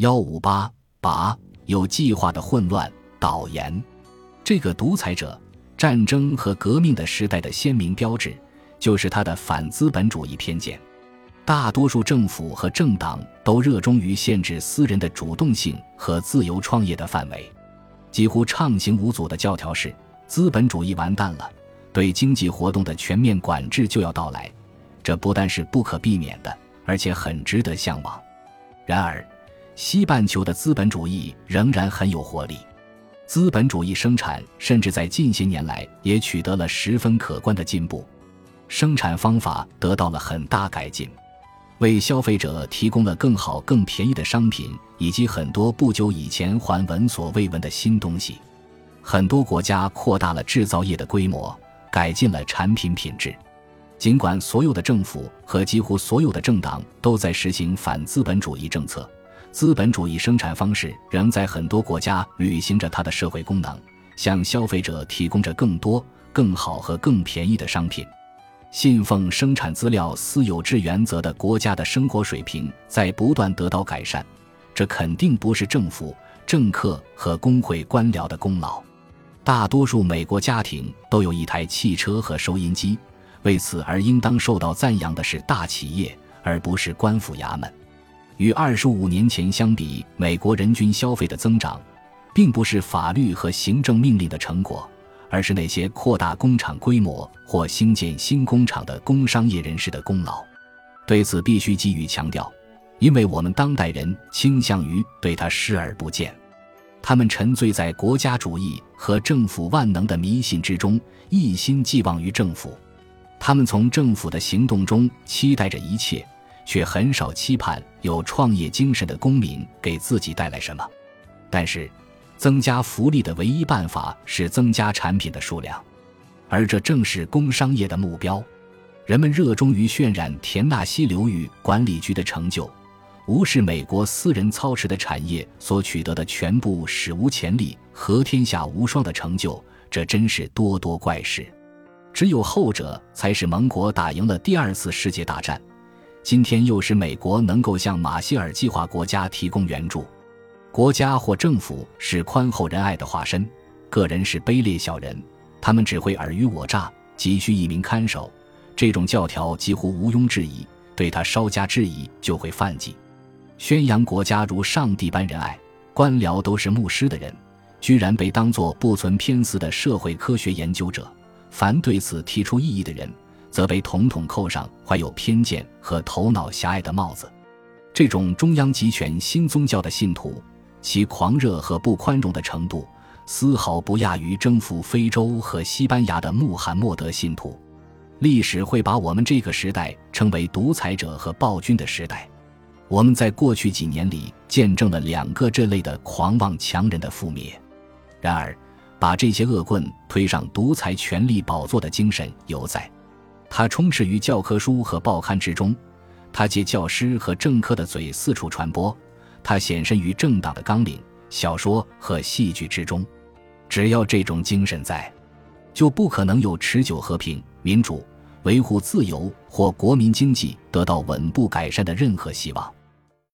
158拔有计划的混乱导言。这个独裁者、战争和革命的时代的鲜明标志，就是他的反资本主义偏见。大多数政府和政党都热衷于限制私人的主动性和自由创业的范围，几乎畅行无阻的教条是：资本主义完蛋了，对经济活动的全面管制就要到来。这不但是不可避免的，而且很值得向往。然而，西半球的资本主义仍然很有活力。资本主义生产甚至在近些年来也取得了十分可观的进步，生产方法得到了很大改进，为消费者提供了更好更便宜的商品，以及很多不久以前还闻所未闻的新东西。很多国家扩大了制造业的规模，改进了产品品质。尽管所有的政府和几乎所有的政党都在实行反资本主义政策，资本主义生产方式仍在很多国家履行着它的社会功能，向消费者提供着更多、更好和更便宜的商品。信奉生产资料私有制原则的国家的生活水平在不断得到改善，这肯定不是政府、政客和工会官僚的功劳。大多数美国家庭都有一台汽车和收音机，为此而应当受到赞扬的是大企业，而不是官府衙门。与25年前相比，美国人均消费的增长并不是法律和行政命令的成果，而是那些扩大工厂规模或兴建新工厂的工商业人士的功劳。对此必须给予强调，因为我们当代人倾向于对它视而不见。他们沉醉在国家主义和政府万能的迷信之中，一心寄望于政府。他们从政府的行动中期待着一切，却很少期盼有创业精神的公民给自己带来什么。但是增加福利的唯一办法是增加产品的数量，而这正是工商业的目标。人们热衷于渲染田纳西流域管理局的成就，无视美国私人操持的产业所取得的全部史无前例和天下无双的成就，这真是多多怪事。只有后者才使盟国打赢了第二次世界大战，今天又使美国能够向马歇尔计划国家提供援助。国家或政府是宽厚仁爱的化身，个人是卑劣小人，他们只会尔虞我诈，急需一名看守。这种教条几乎毋庸置疑，对他稍加质疑就会犯忌。宣扬国家如上帝般仁爱，官僚都是牧师的人，居然被当作不存偏私的社会科学研究者。凡对此提出异议的人，则被统统扣上怀有偏见和头脑狭隘的帽子。这种中央集权新宗教的信徒，其狂热和不宽容的程度，丝毫不亚于征服非洲和西班牙的穆罕默德信徒。历史会把我们这个时代称为独裁者和暴君的时代。我们在过去几年里见证了2个这类的狂妄强人的覆灭。然而，把这些恶棍推上独裁权力宝座的精神犹在。他充斥于教科书和报刊之中，他借教师和政客的嘴四处传播，他显身于政党的纲领、小说和戏剧之中。只要这种精神在，就不可能有持久和平、民主、维护自由或国民经济得到稳步改善的任何希望。